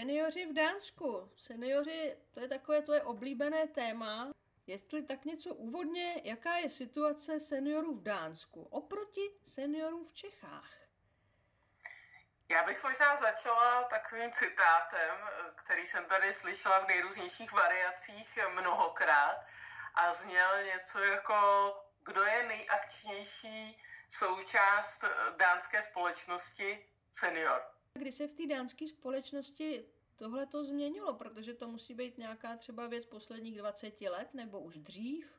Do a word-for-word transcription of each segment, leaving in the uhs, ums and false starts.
Seniori v Dánsku. Seniori, to je takové tvoje oblíbené téma. Jestli tak něco úvodně, jaká je situace seniorů v Dánsku oproti seniorům v Čechách? Já bych možná začala takovým citátem, který jsem tady slyšela v nejrůznějších variacích mnohokrát a zněl něco jako: kdo je nejakčnější součást dánské společnosti? Senior. Kdy se v té dánské společnosti tohle to změnilo, protože to musí být nějaká třeba věc posledních dvacet let nebo už dřív?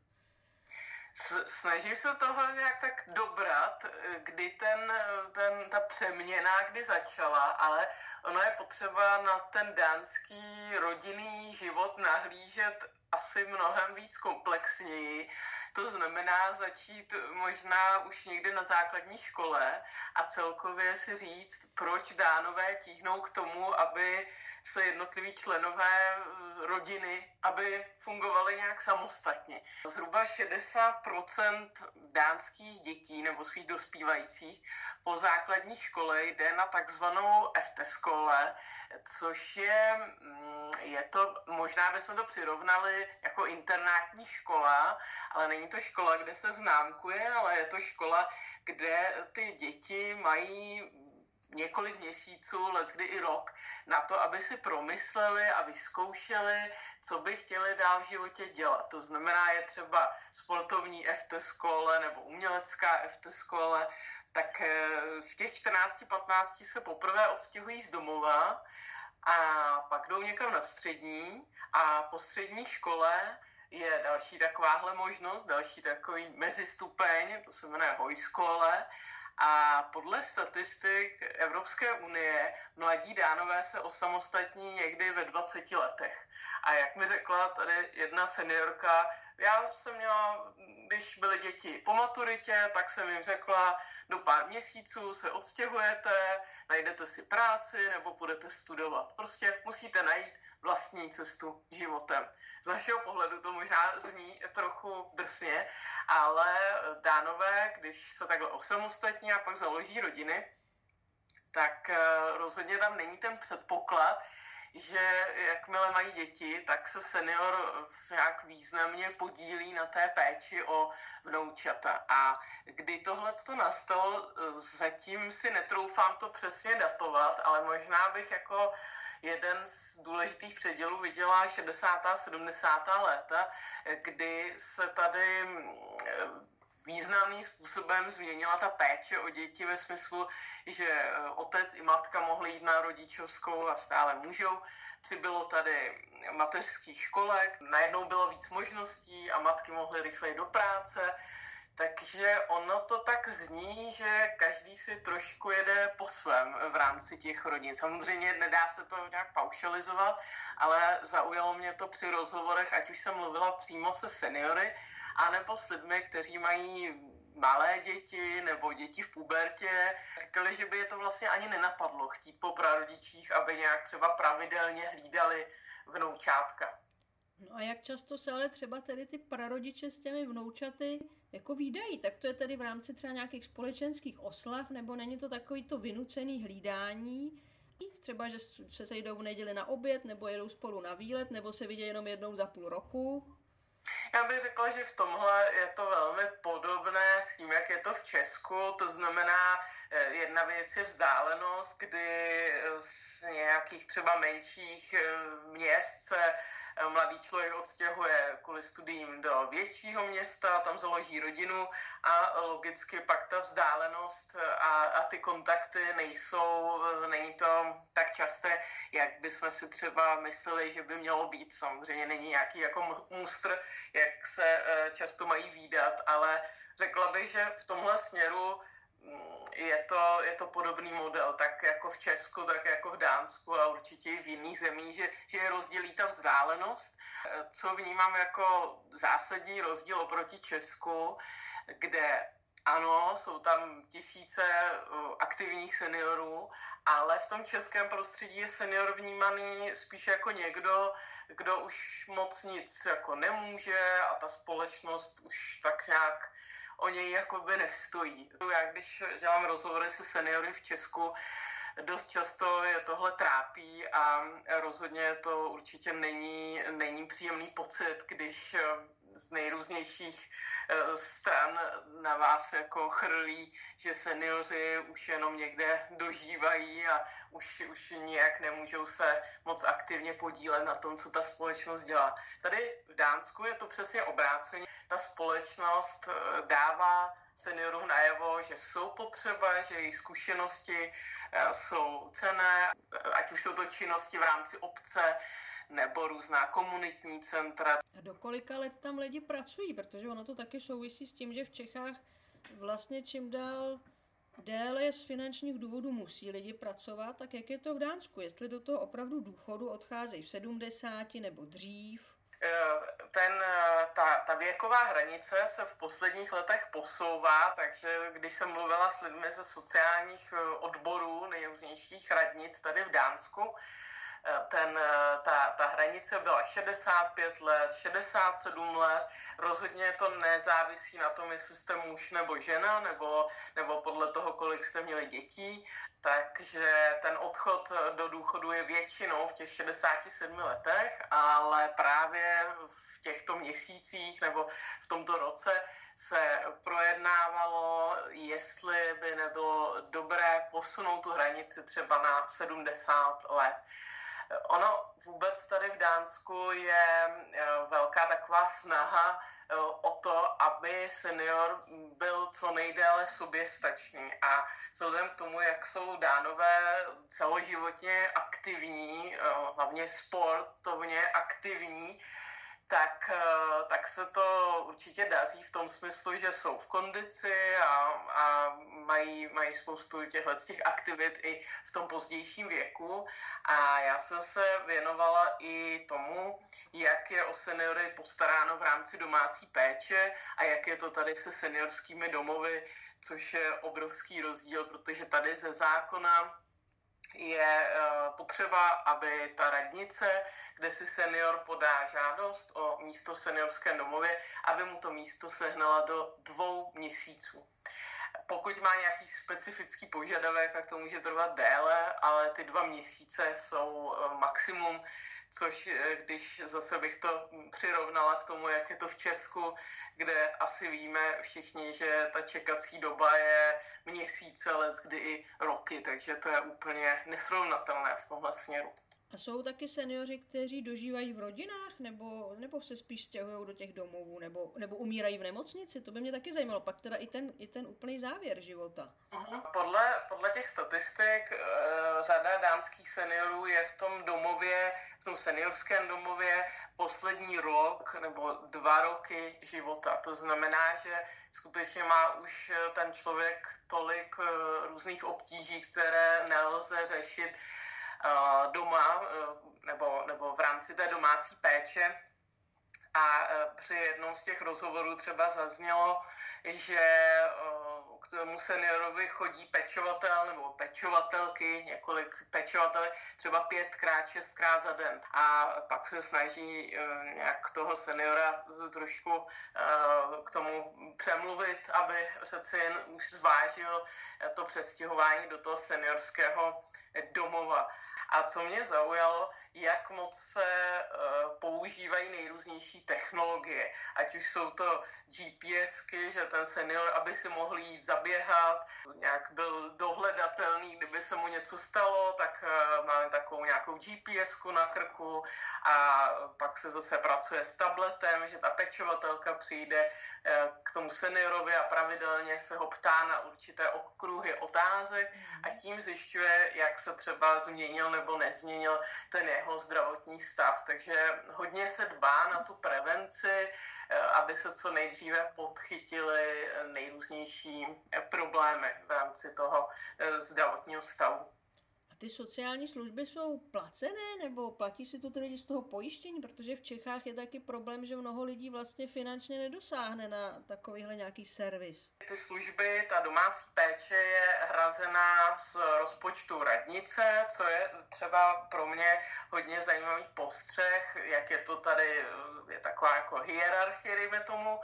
Snažím se toho nějak tak dobrat, kdy ten, ten, ta přeměna, kdy začala, ale ono je potřeba na ten dánský rodinný život nahlížet asi mnohem víc komplexněji. To znamená začít možná už někdy na základní škole a celkově si říct, proč Dánové tíhnou k tomu, aby se jednotliví členové rodiny, aby fungovaly nějak samostatně. Zhruba šedesát procent dánských dětí, nebo spíš dospívajících, po základní škole jde na takzvanou efterskole, což je, je to, možná bychom to přirovnali jako internátní škola, ale není to škola, kde se známkuje, ale je to škola, kde ty děti mají několik měsíců, leckdy i rok, na to, aby si promysleli a vyzkoušeli, co by chtěli dál v životě dělat. To znamená, je třeba sportovní efterskole nebo umělecká efterskole, tak v těch čtrnácti patnácti se poprvé odstěhují z domova a pak jdou někam na střední a po střední škole je další takováhle možnost, další takový mezistupeň, to se jmenuje hojskole. A podle statistik Evropské unie mladí Dánové se osamostatní někdy ve dvaceti letech. A jak mi řekla tady jedna seniorka, já jsem měla, když byly děti po maturitě, tak jsem jim řekla, do pár měsíců se odstěhujete, najdete si práci nebo budete studovat. Prostě musíte najít vlastní cestu životem. Z našeho pohledu to možná zní trochu drsně, ale Dánové, když se takhle osamostatní a pak založí rodiny, tak rozhodně tam není ten předpoklad, že jakmile mají děti, tak se senior nějak významně podílí na té péči o vnoučata. A kdy tohleto nastalo, zatím si netroufám to přesně datovat, ale možná bych jako jeden z důležitých předělů viděla šedesátá sedmdesátá léta, kdy se tady významným způsobem změnila ta péče o děti ve smyslu, že otec i matka mohli jít na rodičovskou a stále můžou. Přibylo tady mateřských školek, najednou bylo víc možností a matky mohly rychleji do práce. Takže ono to tak zní, že každý si trošku jede po svém v rámci těch rodin. Samozřejmě nedá se to nějak paušalizovat, ale zaujalo mě to při rozhovorech, ať už jsem mluvila přímo se seniory, anebo s lidmi, kteří mají malé děti nebo děti v pubertě. Říkali, že by je to vlastně ani nenapadlo chtít po prarodičích, aby nějak třeba pravidelně hlídali vnoučátka. No a jak často se ale třeba tedy ty prarodiče s těmi vnoučaty jako vídají? Tak to je tedy v rámci třeba nějakých společenských oslav, nebo není to takový to vynucený hlídání? Třeba, že se sejdou v neděli na oběd, nebo jedou spolu na výlet, nebo se vidějí jenom jednou za půl roku? Já bych řekla, že v tomhle je to velmi podobné s tím, jak je to v Česku. To znamená, jedna věc je vzdálenost, kdy z nějakých třeba menších měst se mladý člověk odstěhuje kvůli studiím do většího města, tam založí rodinu a logicky pak ta vzdálenost a, a ty kontakty nejsou, není to tak časté, jak bychom si třeba mysleli, že by mělo být. Samozřejmě není nějaký jako mustr, jak se často mají vídat, ale řekla bych, že v tomhle směru je to, je to podobný model, tak jako v Česku, tak jako v Dánsku a určitě i v jiných zemích, že, že je rozdělí ta vzdálenost. Co vnímám jako zásadní rozdíl oproti Česku, kde ano, jsou tam tisíce aktivních seniorů, ale v tom českém prostředí je senior vnímaný spíš jako někdo, kdo už moc nic jako nemůže a ta společnost už tak nějak o něj jakoby nestojí. Já když dělám rozhovory se seniory v Česku, dost často je tohle trápí a rozhodně to určitě není, není příjemný pocit, když z nejrůznějších stran na vás jako chrlí, že seniori už jenom někde dožívají a už, už nijak nemůžou se moc aktivně podílet na tom, co ta společnost dělá. Tady v Dánsku je to přesně obráceně. Ta společnost dává seniorům najevo, že jsou potřeba, že jejich zkušenosti jsou cenné, ať už jsou to činnosti v rámci obce, nebo různá komunitní centra. A do kolika let tam lidi pracují? Protože ono to taky souvisí s tím, že v Čechách vlastně čím dál déle z finančních důvodů musí lidi pracovat, tak jak je to v Dánsku? Jestli do toho opravdu důchodu odcházejí v sedmdesáti nebo dřív? Ten, ta, ta věková hranice se v posledních letech posouvá, takže když jsem mluvila s lidmi ze sociálních odborů nejrůznějších radnic tady v Dánsku, Ten, ta, ta hranice byla šedesát pět let, šedesát sedm let, rozhodně to nezávisí na tom, jestli jste muž nebo žena, nebo, nebo podle toho, kolik jste měli dětí, takže ten odchod do důchodu je většinou v těch šedesáti sedmi letech, ale právě v těchto měsících nebo v tomto roce se projednávalo, jestli by nebylo dobré posunout tu hranici třeba na sedmdesát let. Ono vůbec tady v Dánsku je velká taková snaha o to, aby senior byl co nejdéle soběstačný. A vzhledem k tomu, jak jsou Dánové celoživotně aktivní, hlavně sportovně aktivní, tak, tak se to určitě daří v tom smyslu, že jsou v kondici a, a mají, mají spoustu těchto těch aktivit i v tom pozdějším věku. A já jsem se věnovala i tomu, jak je o seniory postaráno v rámci domácí péče a jak je to tady se seniorskými domovy, což je obrovský rozdíl, protože tady ze zákona je potřeba, aby ta radnice, kde si senior podá žádost o místo v seniorském domově, aby mu to místo sehnala do dvou měsíců. Pokud má nějaký specifický požadavek, tak to může trvat déle, ale ty dva měsíce jsou maximum, což když zase bych to přirovnala k tomu, jak je to v Česku, kde asi víme všichni, že ta čekací doba je měsíce, leckdy i roky, takže to je úplně nesrovnatelné v tomhle směru. A jsou taky seniori, kteří dožívají v rodinách, nebo, nebo se spíš stěhují do těch domovů, nebo, nebo umírají v nemocnici? To by mě taky zajímalo. Pak teda i ten, i ten úplný závěr života. Podle, podle těch statistik e, řada dánských seniorů je v tom domově, v tom seniorském domově poslední rok nebo dva roky života. To znamená, že skutečně má už ten člověk tolik e, různých obtíží, které nelze řešit doma nebo, nebo v rámci té domácí péče. A při jednom z těch rozhovorů třeba zaznělo, že k tomu seniorovi chodí pečovatel nebo pečovatelky, několik pečovatelů, třeba pětkrát, šestkrát za den. A pak se snaží nějak toho seniora trošku k tomu přemluvit, aby přeci jen už zvážil to přestěhování do toho seniorského domova. A co mě zaujalo, jak moc se uh, používají nejrůznější technologie. Ať už jsou to GPSky, že ten senior, aby si mohl jít zaběhat, nějak byl dohledatelný, kdyby se mu něco stalo, tak uh, máme takovou nějakou GPSku na krku a pak se zase pracuje s tabletem, že ta pečovatelka přijde uh, k tomu seniorovi a pravidelně se ho ptá na určité okruhy otázek a tím zjišťuje, jak se třeba změnil nebo nezměnil ten jeho zdravotní stav. Takže hodně se dbá na tu prevenci, aby se co nejdříve podchytily nejrůznější problémy v rámci toho zdravotního stavu. A ty sociální služby jsou placené, nebo platí si to tedy z toho pojištění? Protože v Čechách je taky problém, že mnoho lidí vlastně finančně nedosáhne na takovýhle nějaký servis. Ty služby, ta domácí péče je hrazená z rozpočtu radnice, co je třeba pro mě hodně zajímavý postřeh, jak je to tady, je taková jako hierarchie, dejme tomu,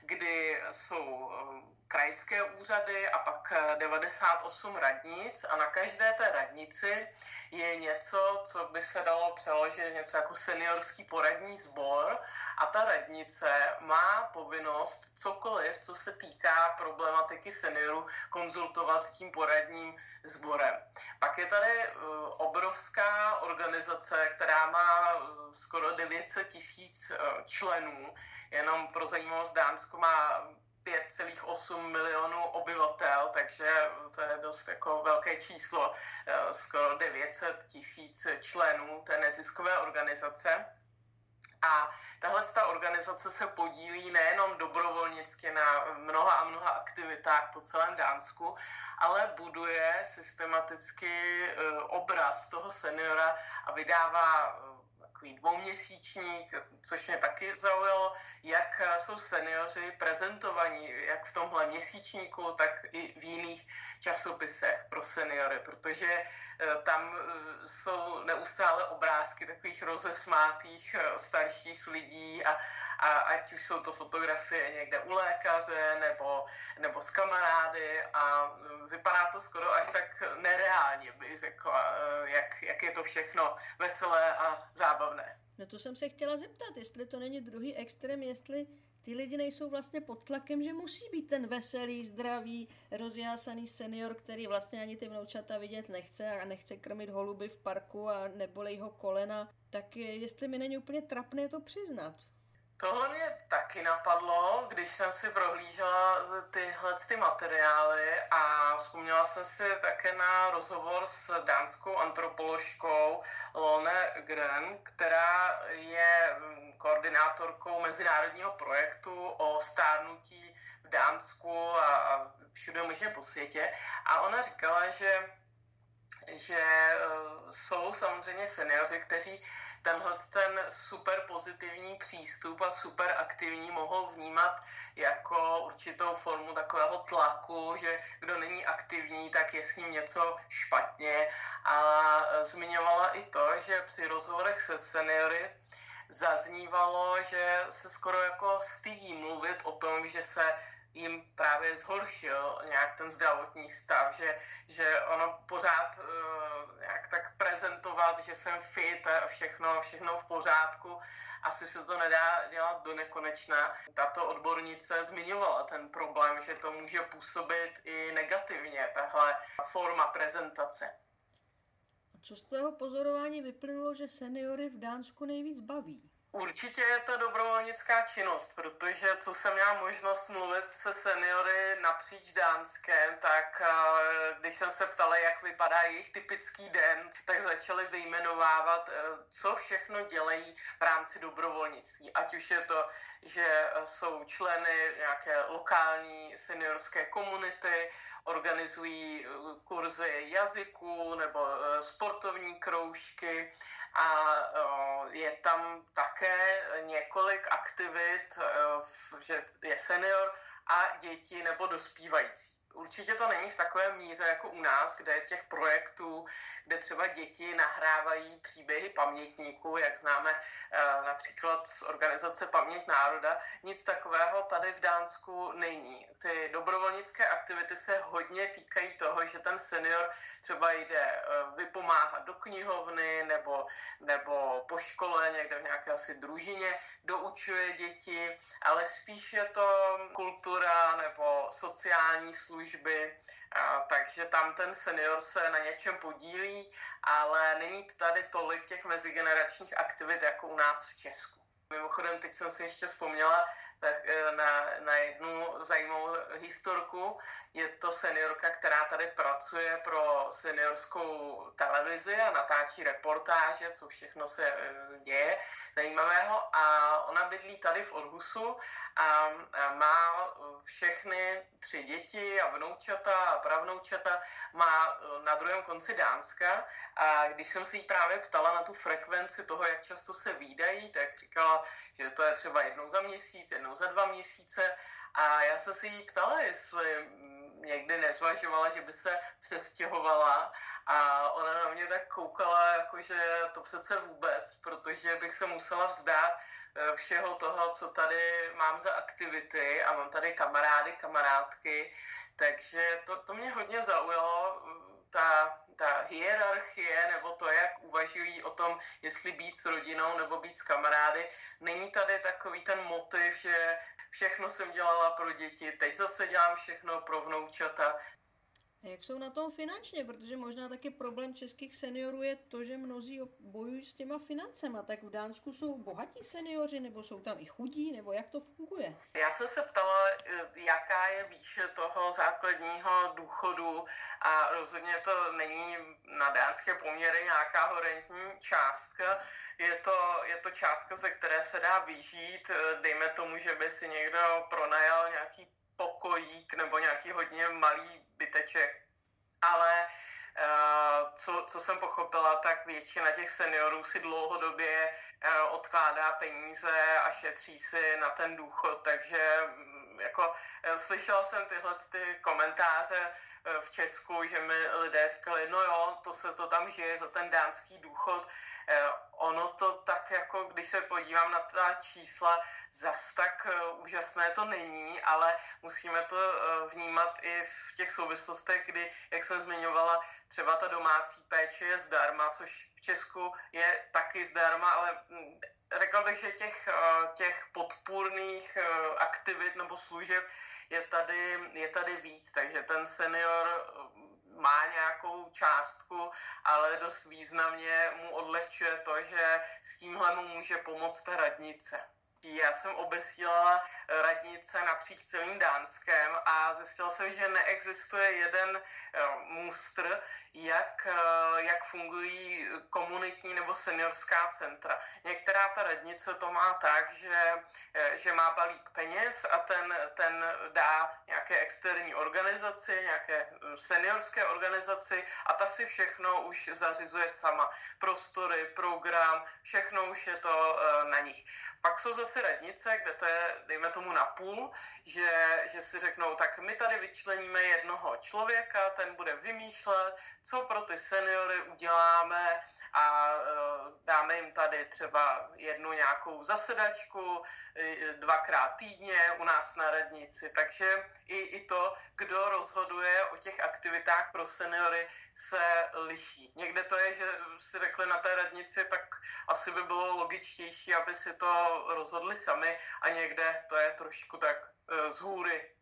kdy jsou krajské úřady a pak devadesát osm radnic a na každé té radnici je něco, co by se dalo přeložit něco jako seniorský poradní sbor a ta radnice má povinnost cokoliv, co se týká problematiky seniorů, konzultovat s tím poradním sborem. Pak je tady obrovská organizace, která má skoro devět set tisíc členů, jenom pro zajímavost Dánsko má pět celá osm milionů obyvatel, takže to je dost jako velké číslo, skoro devět set tisíc členů té neziskové organizace. A tahle ta organizace se podílí nejenom dobrovolnicky na mnoha a mnoha aktivitách po celém Dánsku, ale buduje systematicky obraz toho seniora a vydává takový dvouměsíčník, což mě taky zaujalo, jak jsou seniori prezentovaní, jak v tomhle měsíčníku, tak i v jiných časopisech pro seniory, protože tam jsou neustále obrázky takových rozesmátých starších lidí a, a ať už jsou to fotografie někde u lékaře nebo, nebo s kamarády a vypadá to skoro až tak nereálně, bych řekla, jak, jak je to všechno veselé a zábavné. No to jsem se chtěla zeptat, jestli to není druhý extrém, jestli ty lidi nejsou vlastně pod tlakem, že musí být ten veselý, zdravý, rozjásaný senior, který vlastně ani ty vnoučata vidět nechce a nechce krmit holuby v parku a nebolej ho kolena, tak jestli mi není úplně trapné to přiznat. Tohle mě taky napadlo, když jsem si prohlížela tyhle ty materiály a vzpomněla jsem si také na rozhovor s dánskou antropoložkou Lone Gren, která je koordinátorkou mezinárodního projektu o stárnutí v Dánsku a všude možně po světě. A ona říkala, že, že jsou samozřejmě seniori, kteří tenhle ten super pozitivní přístup a super aktivní mohou vnímat jako určitou formu takového tlaku, že kdo není aktivní, tak je s ním něco špatně. A zmiňovala i to, že při rozhovorech se seniory zaznívalo, že se skoro jako stydí mluvit o tom, že se jim právě zhoršil nějak ten zdravotní stav, že, že ono pořád uh, nějak tak prezentovat, že jsem fit a všechno, všechno v pořádku, asi se to nedá dělat do nekonečna. Tato odbornice zmiňovala ten problém, že to může působit i negativně, tahle forma prezentace. Co z toho pozorování vyplynulo, že seniory v Dánsku nejvíc baví? Určitě je to dobrovolnická činnost, protože co jsem měla možnost mluvit se seniory napříč Dánskem, tak když jsem se ptala, jak vypadá jejich typický den, tak začali vyjmenovávat, co všechno dělají v rámci dobrovolnictví. Ať už je to, že jsou členy nějaké lokální seniorské komunity, organizují kurzy jazyků nebo sportovní kroužky a je tam také několik aktivit, že je senior a děti nebo dospívající. Určitě to není v takové míře jako u nás, kde těch projektů, kde třeba děti nahrávají příběhy pamětníků, jak známe například z organizace Paměť národa. Nic takového tady v Dánsku není. Ty dobrovolnické aktivity se hodně týkají toho, že ten senior třeba jde vypomáhat do knihovny nebo, nebo po škole někde v nějaké asi družině, doučuje děti, ale spíš je to kultura nebo sociální služby. Služby, a, takže tam ten senior se na něčem podílí, ale není tady tolik těch mezigeneračních aktivit jako u nás v Česku. Mimochodem, teď jsem si ještě vzpomněla na, na jednu zajímavou historku. Je to seniorka, která tady pracuje pro seniorskou televizi a natáčí reportáže, co všechno se děje zajímavého. A ona bydlí tady v Orhusu a má všechny tři děti a vnoučata a pravnoučata má na druhém konci Dánska. A když jsem se jí právě ptala na tu frekvenci toho, jak často se vídají, tak říkala, že to je třeba jednou za měsíc, jednou za dva měsíce. A já jsem se jí ptala, jestli někdy nezvažovala, že by se přestěhovala a ona na mě tak koukala, jakože to přece vůbec, protože bych se musela vzdát všeho toho, co tady mám za aktivity a mám tady kamarády, kamarádky, takže to, to mě hodně zaujalo, ta, ta hierarchie nebo to, jak uvažují o tom, jestli být s rodinou nebo být s kamarády. Není tady takový ten motiv, že všechno jsem dělala pro děti, teď zase dělám všechno pro vnoučata. A jak jsou na tom finančně? Protože možná taky problém českých seniorů je to, že mnozí bojují s těma financema. Tak v Dánsku jsou bohatí seniori, nebo jsou tam i chudí, nebo jak to funguje? Já jsem se ptala, jaká je výše toho základního důchodu a rozhodně to není na dánské poměry nějaká horentní částka. Je to, je to částka, ze které se dá vyžít. Dejme tomu, že by si někdo pronajal nějaký pokojík nebo nějaký hodně malý byteček, ale uh, co, co jsem pochopila, tak většina těch seniorů si dlouhodobě uh, odkládá peníze a šetří si na ten důchod, takže jako slyšela jsem tyhle ty komentáře v Česku, že mi lidé říkali, no jo, to se to tam žije za ten dánský důchod. Ono to tak jako, když se podívám na ta čísla, zas tak úžasné to není, ale musíme to vnímat i v těch souvislostech, kdy, jak jsem zmiňovala, třeba ta domácí péče je zdarma, což v Česku je taky zdarma, ale řekla bych, že těch, těch podpůrných aktivit nebo služeb je tady, je tady víc, takže ten senior má nějakou částku, ale dost významně mu odlehčuje to, že s tímhle mu může pomoct ta radnice. Já jsem obesílala radnice napříč celým Dánskem a zjistila jsem, že neexistuje jeden mustr, jak, jak fungují komunitní nebo seniorská centra. Některá ta radnice to má tak, že, že má balík peněz a ten, ten dá nějaké externí organizaci, nějaké seniorské organizaci a ta si všechno už zařizuje sama. Prostory, program, všechno už je to na nich. Pak jsou zase radnice, kde to je, dejme tomu na půl, že, že si řeknou, tak my tady vyčleníme jednoho člověka, ten bude vymýšlet, co pro ty seniory uděláme a e, dáme jim tady třeba jednu nějakou zasedačku e, dvakrát týdně u nás na radnici. Takže i, i to, kdo rozhoduje o těch aktivitách pro seniory, se liší. Někde to je, že si řekli na té radnici, tak asi by bylo logičtější, aby si to rozhodli sami a někde to je trošku tak e, z hůry